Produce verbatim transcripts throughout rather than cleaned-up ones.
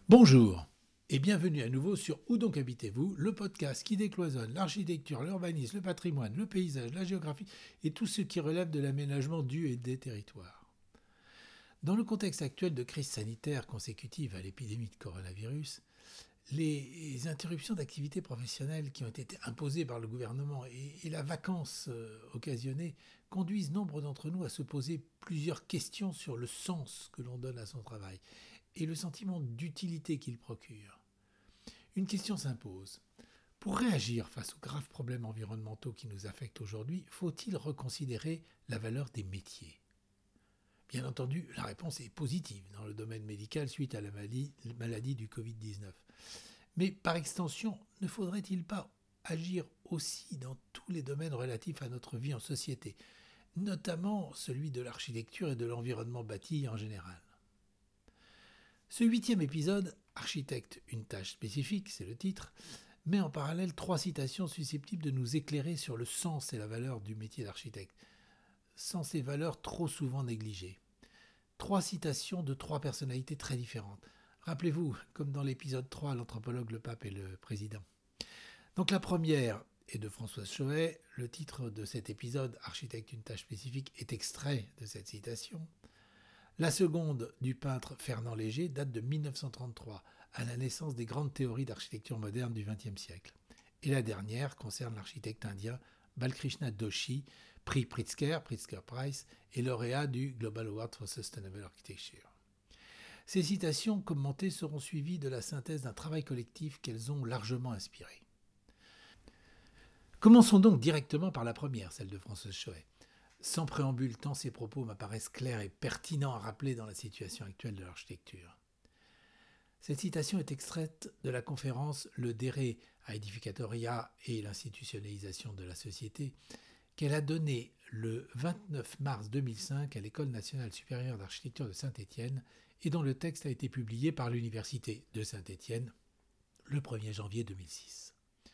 Bonjour et bienvenue à nouveau sur Où donc habitez-vous, le podcast qui décloisonne l'architecture, l'urbanisme, le patrimoine, le paysage, la géographie et tout ce qui relève de l'aménagement du et des territoires. Dans le contexte actuel de crise sanitaire consécutive à l'épidémie de coronavirus, les interruptions d'activités professionnelles qui ont été imposées par le gouvernement et, et la vacance euh, occasionnée conduisent nombre d'entre nous à se poser plusieurs questions sur le sens que l'on donne à son travail et le sentiment d'utilité qu'il procure. Une question s'impose. Pour réagir face aux graves problèmes environnementaux qui nous affectent aujourd'hui, faut-il reconsidérer la valeur des métiers ? Bien entendu, la réponse est positive dans le domaine médical suite à la maladie, maladie du covid dix-neuf. Mais par extension, ne faudrait-il pas agir aussi dans tous les domaines relatifs à notre vie en société, notamment celui de l'architecture et de l'environnement bâti en général ? Ce huitième épisode, Architecte, une tâche spécifique, c'est le titre, met en parallèle trois citations susceptibles de nous éclairer sur le sens et la valeur du métier d'architecte, sens et valeurs trop souvent négligées. Trois citations de trois personnalités très différentes. Rappelez-vous, comme dans l'épisode trois, l'anthropologue, le pape et le président. Donc la première est de Françoise Choët. Le titre de cet épisode, Architecte, une tâche spécifique, est extrait de cette citation. La seconde, du peintre Fernand Léger, date de mille neuf cent trente-trois, à la naissance des grandes théories d'architecture moderne du vingtième siècle. Et la dernière concerne l'architecte indien Balkrishna Doshi, prix Pritzker, Pritzker Prize, et lauréat du Global Award for Sustainable Architecture. Ces citations commentées seront suivies de la synthèse d'un travail collectif qu'elles ont largement inspiré. Commençons donc directement par la première, celle de Françoise Choët. Sans préambule, tant ces propos m'apparaissent clairs et pertinents à rappeler dans la situation actuelle de l'architecture. Cette citation est extraite de la conférence Le Dere a Edificatoria et l'institutionnalisation de la société qu'elle a donnée le vingt-neuf mars deux mille cinq à l'École nationale supérieure d'architecture de Saint-Étienne et dont le texte a été publié par l'Université de Saint-Étienne le premier janvier deux mille six.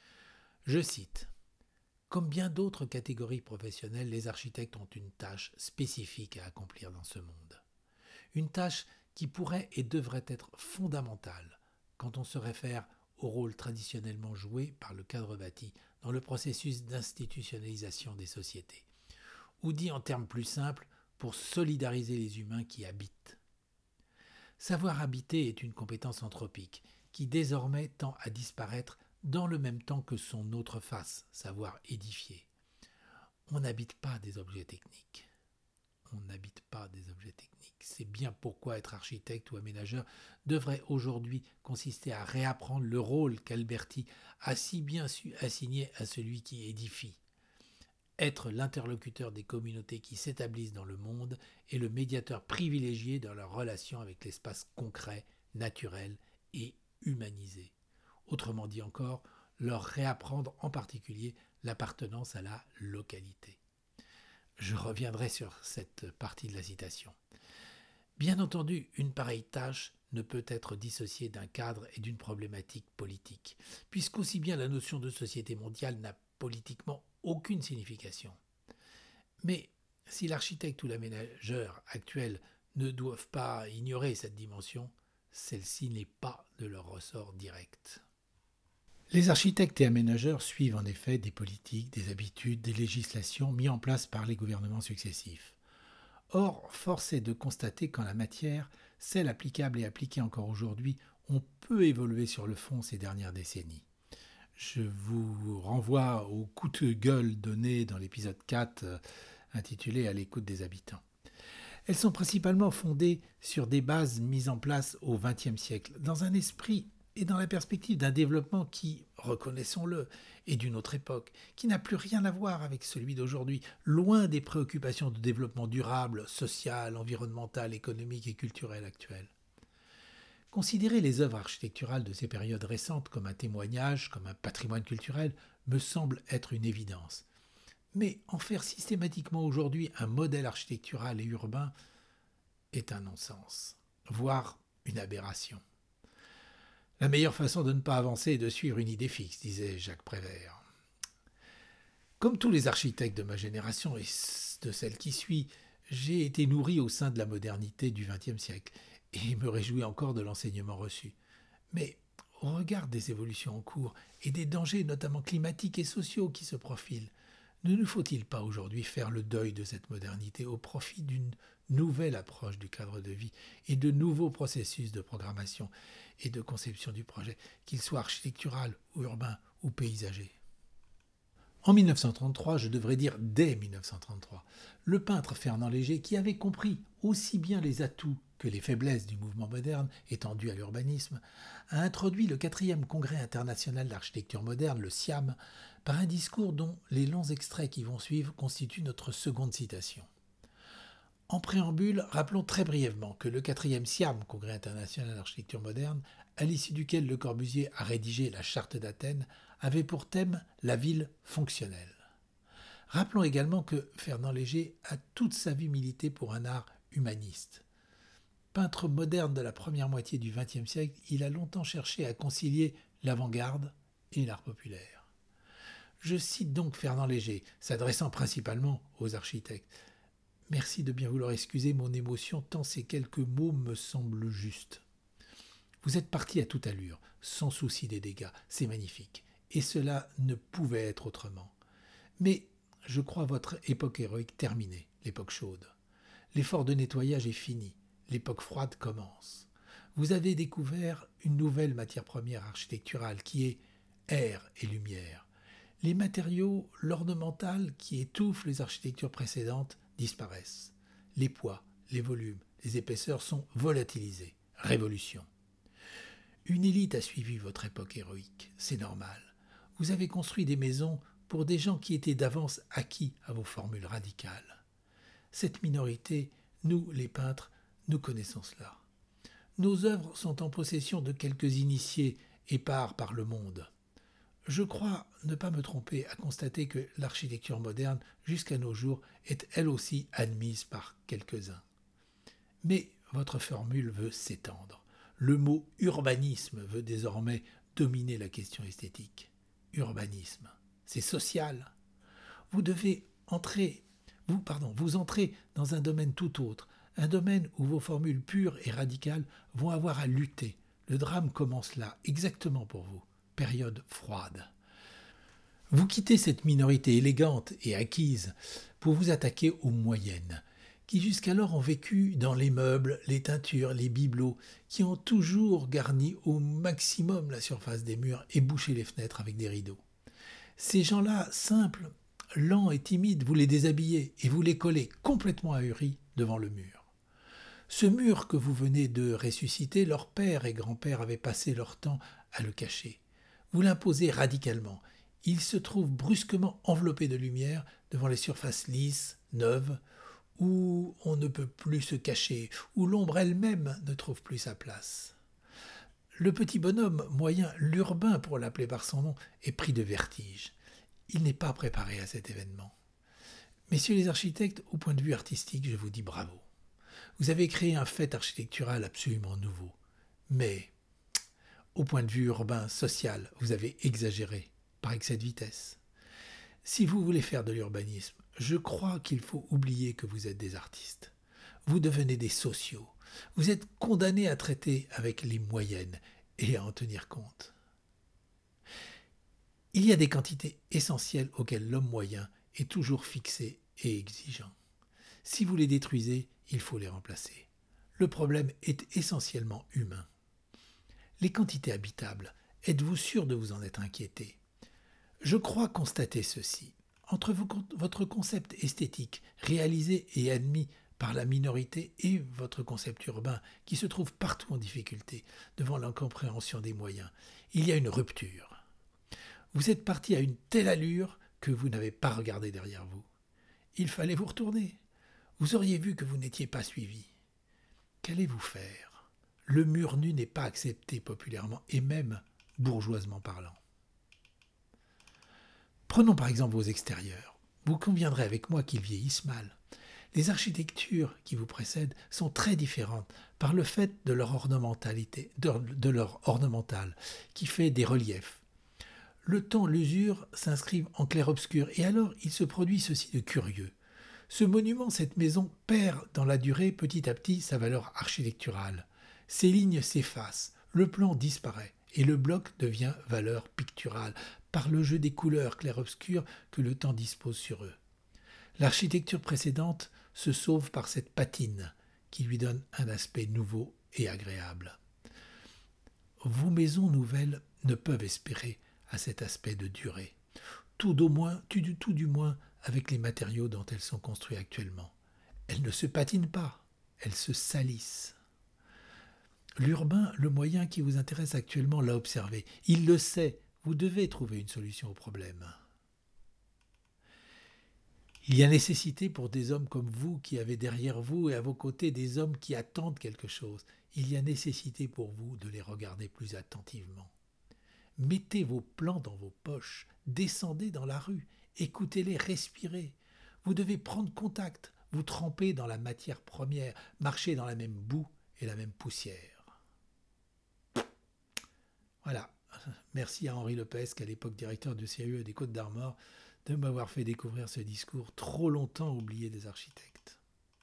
Je cite. Comme bien d'autres catégories professionnelles, les architectes ont une tâche spécifique à accomplir dans ce monde. Une tâche qui pourrait et devrait être fondamentale quand on se réfère au rôle traditionnellement joué par le cadre bâti dans le processus d'institutionnalisation des sociétés, ou dit en termes plus simples, pour solidariser les humains qui habitent. Savoir habiter est une compétence anthropique qui désormais tend à disparaître dans le même temps que son autre face, savoir édifier. On n'habite pas des objets techniques. On n'habite pas des objets techniques. C'est bien pourquoi être architecte ou aménageur devrait aujourd'hui consister à réapprendre le rôle qu'Alberti a si bien su assigner à celui qui édifie. Être l'interlocuteur des communautés qui s'établissent dans le monde et le médiateur privilégié dans leur relation avec l'espace concret, naturel et humanisé. Autrement dit encore, leur réapprendre en particulier l'appartenance à la localité. Je reviendrai sur cette partie de la citation. Bien entendu, une pareille tâche ne peut être dissociée d'un cadre et d'une problématique politique, puisqu'aussi bien la notion de société mondiale n'a politiquement aucune signification. Mais si l'architecte ou l'aménageur actuel ne doivent pas ignorer cette dimension, celle-ci n'est pas de leur ressort direct. Les architectes et aménageurs suivent en effet des politiques, des habitudes, des législations mises en place par les gouvernements successifs. Or, force est de constater qu'en la matière, celles applicables et appliquées encore aujourd'hui ont peu évolué sur le fond ces dernières décennies. Je vous renvoie au coup de gueule donné dans l'épisode quatre euh, intitulé « À l'écoute des habitants ». Elles sont principalement fondées sur des bases mises en place au vingtième siècle, dans un esprit et dans la perspective d'un développement qui, reconnaissons-le, est d'une autre époque, qui n'a plus rien à voir avec celui d'aujourd'hui, loin des préoccupations de développement durable, social, environnemental, économique et culturel actuelles. Considérer les œuvres architecturales de ces périodes récentes comme un témoignage, comme un patrimoine culturel, me semble être une évidence. Mais en faire systématiquement aujourd'hui un modèle architectural et urbain est un non-sens, voire une aberration. La meilleure façon de ne pas avancer est de suivre une idée fixe, disait Jacques Prévert. Comme tous les architectes de ma génération et de celle qui suit, j'ai été nourri au sein de la modernité du vingtième siècle et me réjouis encore de l'enseignement reçu. Mais au regard des évolutions en cours et des dangers notamment climatiques et sociaux qui se profilent, ne nous faut-il pas aujourd'hui faire le deuil de cette modernité au profit d'une nouvelle approche du cadre de vie et de nouveaux processus de programmation et de conception du projet, qu'il soit architectural ou urbain ou paysager? En mille neuf cent trente-trois, je devrais dire dès mille neuf cent trente-trois, le peintre Fernand Léger, qui avait compris aussi bien les atouts que les faiblesses du mouvement moderne étendu à l'urbanisme, a introduit le quatrième congrès international d'architecture moderne, le SIAM, par un discours dont les longs extraits qui vont suivre constituent notre seconde citation. En préambule, rappelons très brièvement que le quatrième SIAM, Congrès international d'architecture moderne, à l'issue duquel Le Corbusier a rédigé la Charte d'Athènes, avait pour thème la ville fonctionnelle. Rappelons également que Fernand Léger a toute sa vie milité pour un art humaniste. Peintre moderne de la première moitié du vingtième siècle, il a longtemps cherché à concilier l'avant-garde et l'art populaire. Je cite donc Fernand Léger, s'adressant principalement aux architectes. Merci de bien vouloir excuser mon émotion tant ces quelques mots me semblent justes. Vous êtes parti à toute allure, sans souci des dégâts, c'est magnifique. Et cela ne pouvait être autrement. Mais je crois votre époque héroïque terminée, l'époque chaude. L'effort de nettoyage est fini, l'époque froide commence. Vous avez découvert une nouvelle matière première architecturale qui est air et lumière. Les matériaux, l'ornemental qui étouffent les architectures précédentes disparaissent. Les poids, les volumes, les épaisseurs sont volatilisés. Révolution. Une élite a suivi votre époque héroïque, c'est normal. Vous avez construit des maisons pour des gens qui étaient d'avance acquis à vos formules radicales. Cette minorité, nous, les peintres, nous connaissons cela. Nos œuvres sont en possession de quelques initiés épars par le monde. Je crois ne pas me tromper à constater que l'architecture moderne, jusqu'à nos jours, est elle aussi admise par quelques-uns. Mais votre formule veut s'étendre. Le mot urbanisme veut désormais dominer la question esthétique. Urbanisme, c'est social. Vous devez entrer, vous, pardon, vous entrez dans un domaine tout autre, un domaine où vos formules pures et radicales vont avoir à lutter. Le drame commence là, exactement pour vous. Période froide. Vous quittez cette minorité élégante et acquise pour vous attaquer aux moyennes, qui jusqu'alors ont vécu dans les meubles, les teintures, les bibelots, qui ont toujours garni au maximum la surface des murs et bouché les fenêtres avec des rideaux. Ces gens-là, simples, lents et timides, vous les déshabillez et vous les collez complètement ahuris devant le mur. Ce mur que vous venez de ressusciter, leur père et grand-père avaient passé leur temps à le cacher. Vous l'imposez radicalement. Il se trouve brusquement enveloppé de lumière devant les surfaces lisses, neuves, où on ne peut plus se cacher, où l'ombre elle-même ne trouve plus sa place. Le petit bonhomme moyen, l'urbain pour l'appeler par son nom, est pris de vertige. Il n'est pas préparé à cet événement. Messieurs les architectes, au point de vue artistique, je vous dis bravo. Vous avez créé un fait architectural absolument nouveau. Mais, au point de vue urbain, social, vous avez exagéré par excès de vitesse. Si vous voulez faire de l'urbanisme, je crois qu'il faut oublier que vous êtes des artistes. Vous devenez des sociaux. Vous êtes condamnés à traiter avec les moyennes et à en tenir compte. Il y a des quantités essentielles auxquelles l'homme moyen est toujours fixé et exigeant. Si vous les détruisez, il faut les remplacer. Le problème est essentiellement humain. Les quantités habitables, êtes-vous sûr de vous en être inquiété ? Je crois constater ceci. Entre vos, votre concept esthétique, réalisé et admis par la minorité, et votre concept urbain, qui se trouve partout en difficulté, devant l'incompréhension des moyens, il y a une rupture. Vous êtes parti à une telle allure que vous n'avez pas regardé derrière vous. Il fallait vous retourner. Vous auriez vu que vous n'étiez pas suivi. Qu'allez-vous faire ? Le mur nu n'est pas accepté populairement, et même bourgeoisement parlant. Prenons par exemple vos extérieurs. Vous conviendrez avec moi qu'ils vieillissent mal. Les architectures qui vous précèdent sont très différentes par le fait de leur ornementalité, de, de leur ornemental, qui fait des reliefs. Le temps, l'usure s'inscrivent en clair-obscur, et alors il se produit ceci de curieux. Ce monument, cette maison, perd dans la durée petit à petit sa valeur architecturale. Ces lignes s'effacent, Le plan disparaît et le bloc devient valeur picturale par le jeu des couleurs clair-obscur que le temps dispose sur eux. L'architecture précédente se sauve par cette patine qui lui donne un aspect nouveau et agréable. Vos maisons nouvelles ne peuvent espérer à cet aspect de durée, tout, au moins, tout, tout du moins avec les matériaux dont elles sont construites actuellement. Elles ne se patinent pas, elles se salissent. L'urbain, le moyen qui vous intéresse actuellement, l'a observé. Il le sait, vous devez trouver une solution au problème. Il y a nécessité pour des hommes comme vous qui avez derrière vous et à vos côtés des hommes qui attendent quelque chose. Il y a nécessité pour vous de les regarder plus attentivement. Mettez vos plans dans vos poches, descendez dans la rue, écoutez-les, respirez. Vous devez prendre contact, vous tremper dans la matière première, marcher dans la même boue et la même poussière. Voilà. Merci à Henri Lepesque, à l'époque directeur du C I E des Côtes-d'Armor, de m'avoir fait découvrir ce discours trop longtemps oublié des architectes.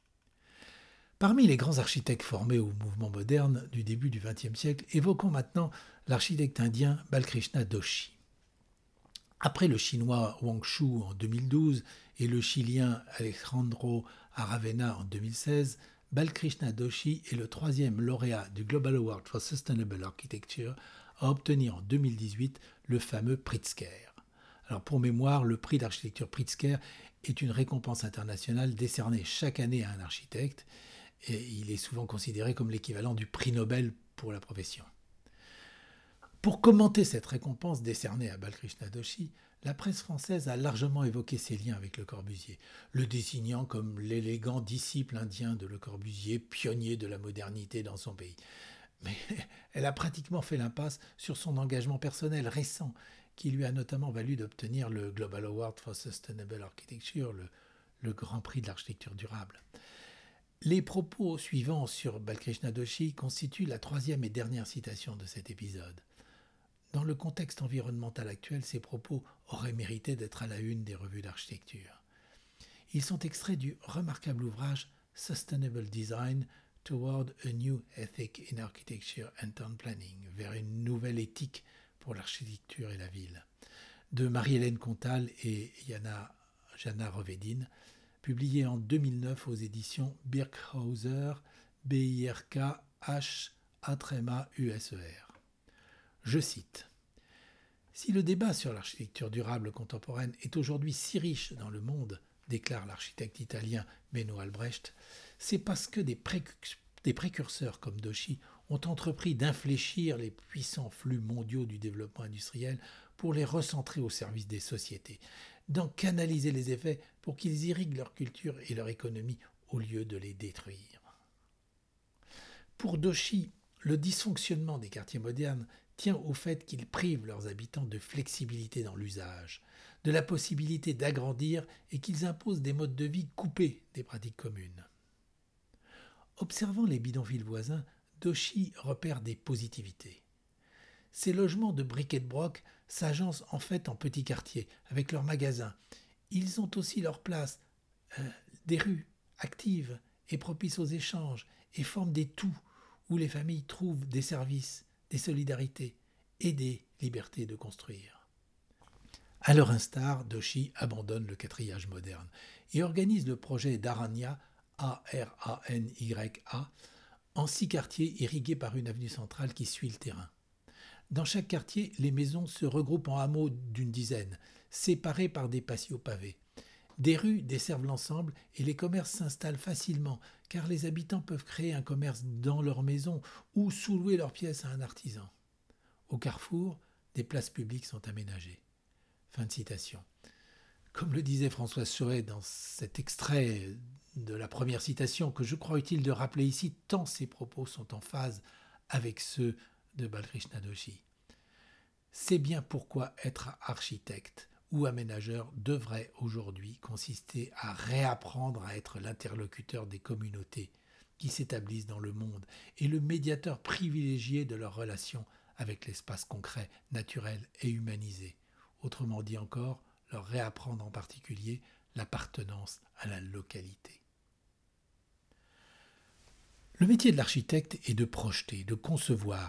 Parmi les grands architectes formés au mouvement moderne du début du vingtième siècle, évoquons maintenant l'architecte indien Balkrishna Doshi. Après le chinois Wang Shu en deux mille douze et le chilien Alejandro Aravena en deux mille seize, Balkrishna Doshi est le troisième lauréat du Global Award for Sustainable Architecture à obtenir en deux mille dix-huit le fameux Pritzker. Alors pour mémoire, le prix d'architecture Pritzker est une récompense internationale décernée chaque année à un architecte et il est souvent considéré comme l'équivalent du prix Nobel pour la profession. Pour commenter cette récompense décernée à Balkrishna Doshi, la presse française a largement évoqué ses liens avec Le Corbusier, le désignant comme l'élégant disciple indien de Le Corbusier, pionnier de la modernité dans son pays. Mais elle a pratiquement fait l'impasse sur son engagement personnel récent, qui lui a notamment valu d'obtenir le Global Award for Sustainable Architecture, le, le grand prix de l'architecture durable. Les propos suivants sur Balkrishna Doshi constituent la troisième et dernière citation de cet épisode. Dans le contexte environnemental actuel, ces propos auraient mérité d'être à la une des revues d'architecture. Ils sont extraits du remarquable ouvrage Sustainable Design Toward a New Ethic in Architecture and Town Planning, vers une nouvelle éthique pour l'architecture et la ville, de Marie-Hélène Contal et Jana, Jana Rovedin, publié en deux mille neuf aux éditions Birkhäuser, B I R K H A U S E R. Je cite. « Si le débat sur l'architecture durable contemporaine est aujourd'hui si riche dans le monde, déclare l'architecte italien Benno Albrecht, c'est parce que des, précur- des précurseurs comme Doshi ont entrepris d'infléchir les puissants flux mondiaux du développement industriel pour les recentrer au service des sociétés, d'en canaliser les effets pour qu'ils irriguent leur culture et leur économie au lieu de les détruire. » Pour Doshi, le dysfonctionnement des quartiers modernes tient au fait qu'ils privent leurs habitants de flexibilité dans l'usage, de la possibilité d'agrandir et qu'ils imposent des modes de vie coupés des pratiques communes. Observant les bidonvilles voisins, Doshi repère des positivités. Ces logements de briques et de broc s'agencent en fait en petits quartiers, avec leurs magasins. Ils ont aussi leur place, euh, des rues actives et propices aux échanges, et forment des tout où les familles trouvent des services, des solidarités et des libertés de construire. À leur instar, Doshi abandonne le quatriage moderne et organise le projet d'Aranya, A R A N Y A, en six quartiers irrigués par une avenue centrale qui suit le terrain. Dans chaque quartier, les maisons se regroupent en hameaux d'une dizaine, séparés par des patios pavés. Des rues desservent l'ensemble et les commerces s'installent facilement, car les habitants peuvent créer un commerce dans leur maison ou sous-louer leurs pièces à un artisan. Au carrefour, des places publiques sont aménagées. Fin de citation. Comme le disait Françoise Choët dans cet extrait de la première citation que je crois utile de rappeler ici, tant ces propos sont en phase avec ceux de Balkrishna Doshi. C'est bien pourquoi être architecte ou aménageur devrait aujourd'hui consister à réapprendre à être l'interlocuteur des communautés qui s'établissent dans le monde et le médiateur privilégié de leurs relations avec l'espace concret, naturel et humanisé. Autrement dit encore, leur réapprendre en particulier l'appartenance à la localité. Le métier de l'architecte est de projeter, de concevoir,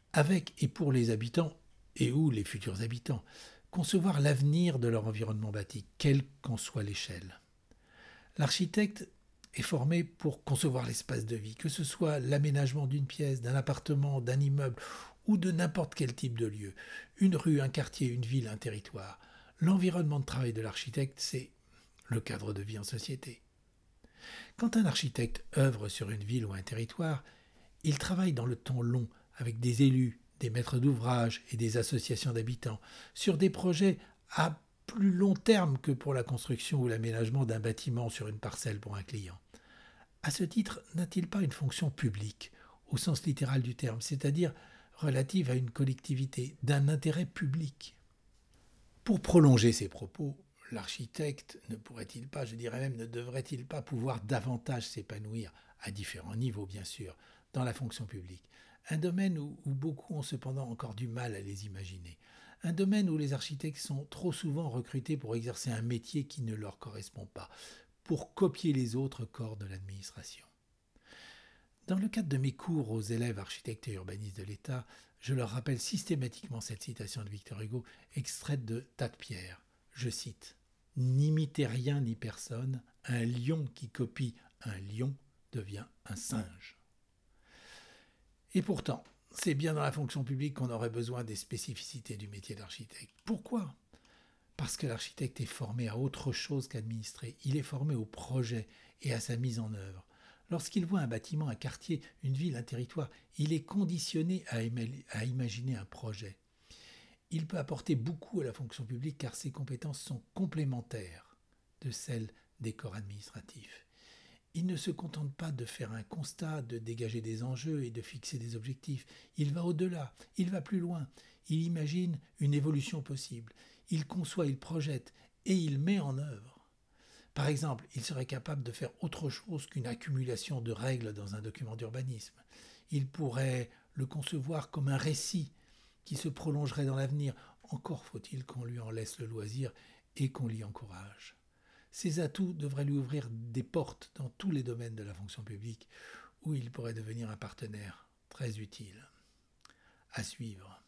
avec et pour les habitants et ou les futurs habitants, concevoir l'avenir de leur environnement bâti, quelle qu'en soit l'échelle. L'architecte est formé pour concevoir l'espace de vie, que ce soit l'aménagement d'une pièce, d'un appartement, d'un immeuble ou de n'importe quel type de lieu, une rue, un quartier, une ville, un territoire. L'environnement de travail de l'architecte, c'est le cadre de vie en société. Quand un architecte œuvre sur une ville ou un territoire, il travaille dans le temps long avec des élus, des maîtres d'ouvrage et des associations d'habitants sur des projets à plus long terme que pour la construction ou l'aménagement d'un bâtiment sur une parcelle pour un client. À ce titre, n'a-t-il pas une fonction publique, au sens littéral du terme, c'est-à-dire relative à une collectivité, d'un intérêt public? Pour prolonger ces propos, l'architecte ne pourrait-il pas, je dirais même, ne devrait-il pas pouvoir davantage s'épanouir, à différents niveaux bien sûr, dans la fonction publique? Un domaine où, où beaucoup ont cependant encore du mal à les imaginer. Un domaine où les architectes sont trop souvent recrutés pour exercer un métier qui ne leur correspond pas, pour copier les autres corps de l'administration. Dans le cadre de mes cours aux élèves architectes et urbanistes de l'État, je leur rappelle systématiquement cette citation de Victor Hugo, extraite de Tas de pierre. Je cite « N'imitez rien ni personne, un lion qui copie un lion devient un singe. » Et pourtant, c'est bien dans la fonction publique qu'on aurait besoin des spécificités du métier d'architecte. Pourquoi ? Parce que l'architecte est formé à autre chose qu'administrer. Il est formé au projet et à sa mise en œuvre. Lorsqu'il voit un bâtiment, un quartier, une ville, un territoire, il est conditionné à, éma- à imaginer un projet. Il peut apporter beaucoup à la fonction publique car ses compétences sont complémentaires de celles des corps administratifs. Il ne se contente pas de faire un constat, de dégager des enjeux et de fixer des objectifs. Il va au-delà, il va plus loin. Il imagine une évolution possible. Il conçoit, il projette et il met en œuvre. Par exemple, il serait capable de faire autre chose qu'une accumulation de règles dans un document d'urbanisme. Il pourrait le concevoir comme un récit qui se prolongerait dans l'avenir. Encore faut-il qu'on lui en laisse le loisir et qu'on l'y encourage. Ces atouts devraient lui ouvrir des portes dans tous les domaines de la fonction publique où il pourrait devenir un partenaire très utile. À suivre.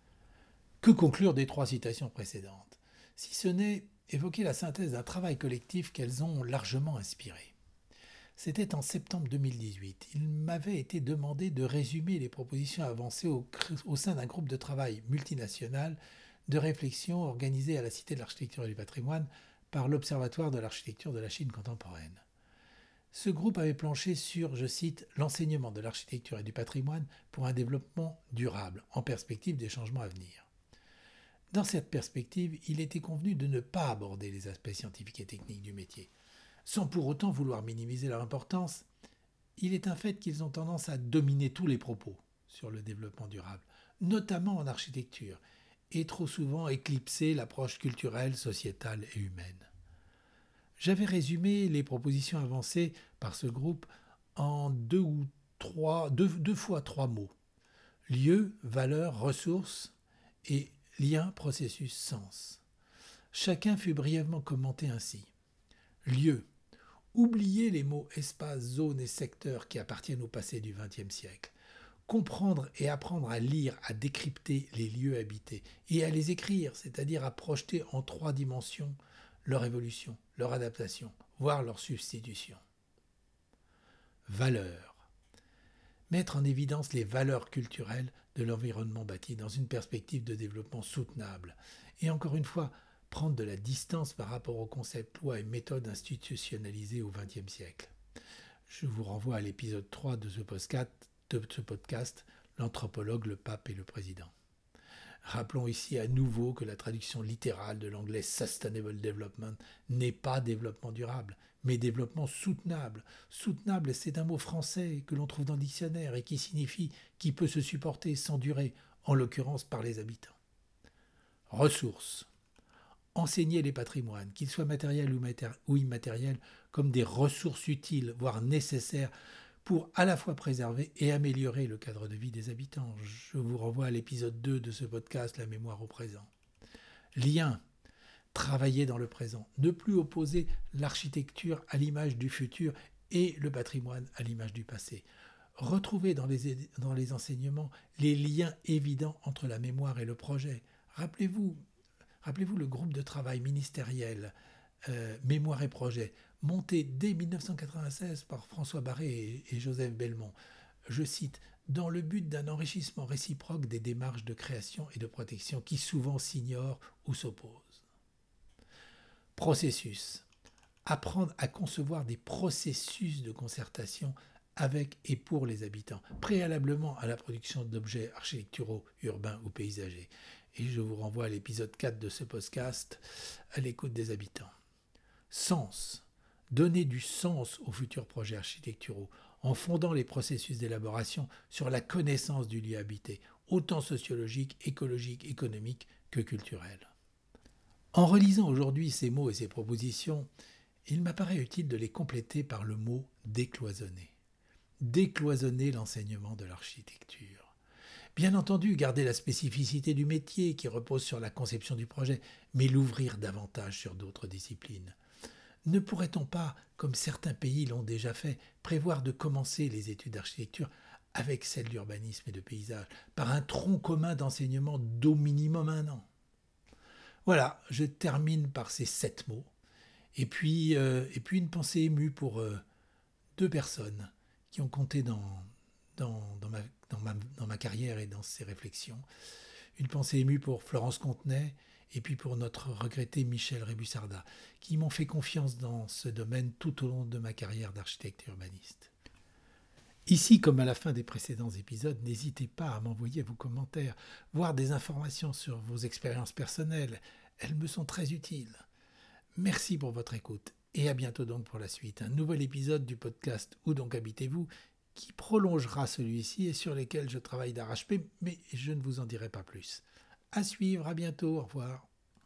Que conclure des trois citations précédentes, si ce n'est évoquer la synthèse d'un travail collectif qu'elles ont largement inspiré. C'était en septembre deux mille dix-huit. Il m'avait été demandé de résumer les propositions avancées au, au sein d'un groupe de travail multinational de réflexion organisé à la Cité de l'Architecture et du Patrimoine par l'Observatoire de l'architecture de la Chine contemporaine. Ce groupe avait planché sur, je cite, « l'enseignement de l'architecture et du patrimoine pour un développement durable en perspective des changements à venir ». Dans cette perspective, il était convenu de ne pas aborder les aspects scientifiques et techniques du métier. Sans pour autant vouloir minimiser leur importance, il est un fait qu'ils ont tendance à dominer tous les propos sur le développement durable, notamment en architecture, et trop souvent éclipser l'approche culturelle, sociétale et humaine. J'avais résumé les propositions avancées par ce groupe en deux ou trois, deux, deux fois trois mots. Lieu, valeur, ressources et lien, processus, sens. Chacun fut brièvement commenté ainsi. Lieu. Oubliez les mots espace, zone et secteur qui appartiennent au passé du vingtième siècle. Comprendre et apprendre à lire, à décrypter les lieux habités et à les écrire, c'est-à-dire à projeter en trois dimensions leur évolution, leur adaptation, voire leur substitution. Valeurs. Mettre en évidence les valeurs culturelles de l'environnement bâti dans une perspective de développement soutenable. Et encore une fois, prendre de la distance par rapport aux concepts, lois et méthodes institutionnalisées au vingtième siècle. Je vous renvoie à l'épisode trois de ce podcast, de ce podcast, l'anthropologue, le pape et le président. Rappelons ici à nouveau que la traduction littérale de l'anglais Sustainable Development n'est pas développement durable, mais développement soutenable. Soutenable, c'est un mot français que l'on trouve dans le dictionnaire et qui signifie qui peut se supporter sans durée, en l'occurrence par les habitants. Ressources. Enseigner les patrimoines, qu'ils soient matériels ou, matéri- ou immatériels, comme des ressources utiles, voire nécessaires, pour à la fois préserver et améliorer le cadre de vie des habitants. Je vous renvoie à l'épisode deux de ce podcast, La mémoire au présent. Lien. Travailler dans le présent. Ne plus opposer l'architecture à l'image du futur et le patrimoine à l'image du passé. Retrouvez dans les, dans les enseignements les liens évidents entre la mémoire et le projet. Rappelez-vous, rappelez-vous le groupe de travail ministériel euh, Mémoire et Projet, monté dès dix-neuf cent quatre-vingt-seize par François Barré et, et Joseph Belmont. Je cite, « dans le but d'un enrichissement réciproque des démarches de création et de protection qui souvent s'ignorent ou s'opposent. » Processus. Apprendre à concevoir des processus de concertation avec et pour les habitants, préalablement à la production d'objets architecturaux, urbains ou paysagers. Et je vous renvoie à l'épisode quatre de ce podcast, à l'écoute des habitants. Sens. Donner du sens aux futurs projets architecturaux en fondant les processus d'élaboration sur la connaissance du lieu habité, autant sociologique, écologique, économique que culturel. En relisant aujourd'hui ces mots et ces propositions, il m'apparaît utile de les compléter par le mot « décloisonner ». Décloisonner l'enseignement de l'architecture. Bien entendu, garder la spécificité du métier qui repose sur la conception du projet, mais l'ouvrir davantage sur d'autres disciplines. Ne pourrait-on pas, comme certains pays l'ont déjà fait, prévoir de commencer les études d'architecture avec celles d'urbanisme et de paysage, par un tronc commun d'enseignement d'au minimum un an ? Voilà, je termine par ces sept mots. Et puis, euh, et puis une pensée émue pour euh, deux personnes qui ont compté dans, dans, dans, ma, dans, ma, dans ma carrière et dans ces réflexions. Une pensée émue pour Florence Contenay et puis pour notre regretté Michel Rébussarda, qui m'ont fait confiance dans ce domaine tout au long de ma carrière d'architecte urbaniste. Ici, comme à la fin des précédents épisodes, n'hésitez pas à m'envoyer vos commentaires, voire des informations sur vos expériences personnelles. Elles me sont très utiles. Merci pour votre écoute et à bientôt donc pour la suite. Un nouvel épisode du podcast Où donc habitez-vous qui prolongera celui-ci et sur lesquels je travaille d'arrache-pied, mais je ne vous en dirai pas plus. À suivre, à bientôt, au revoir.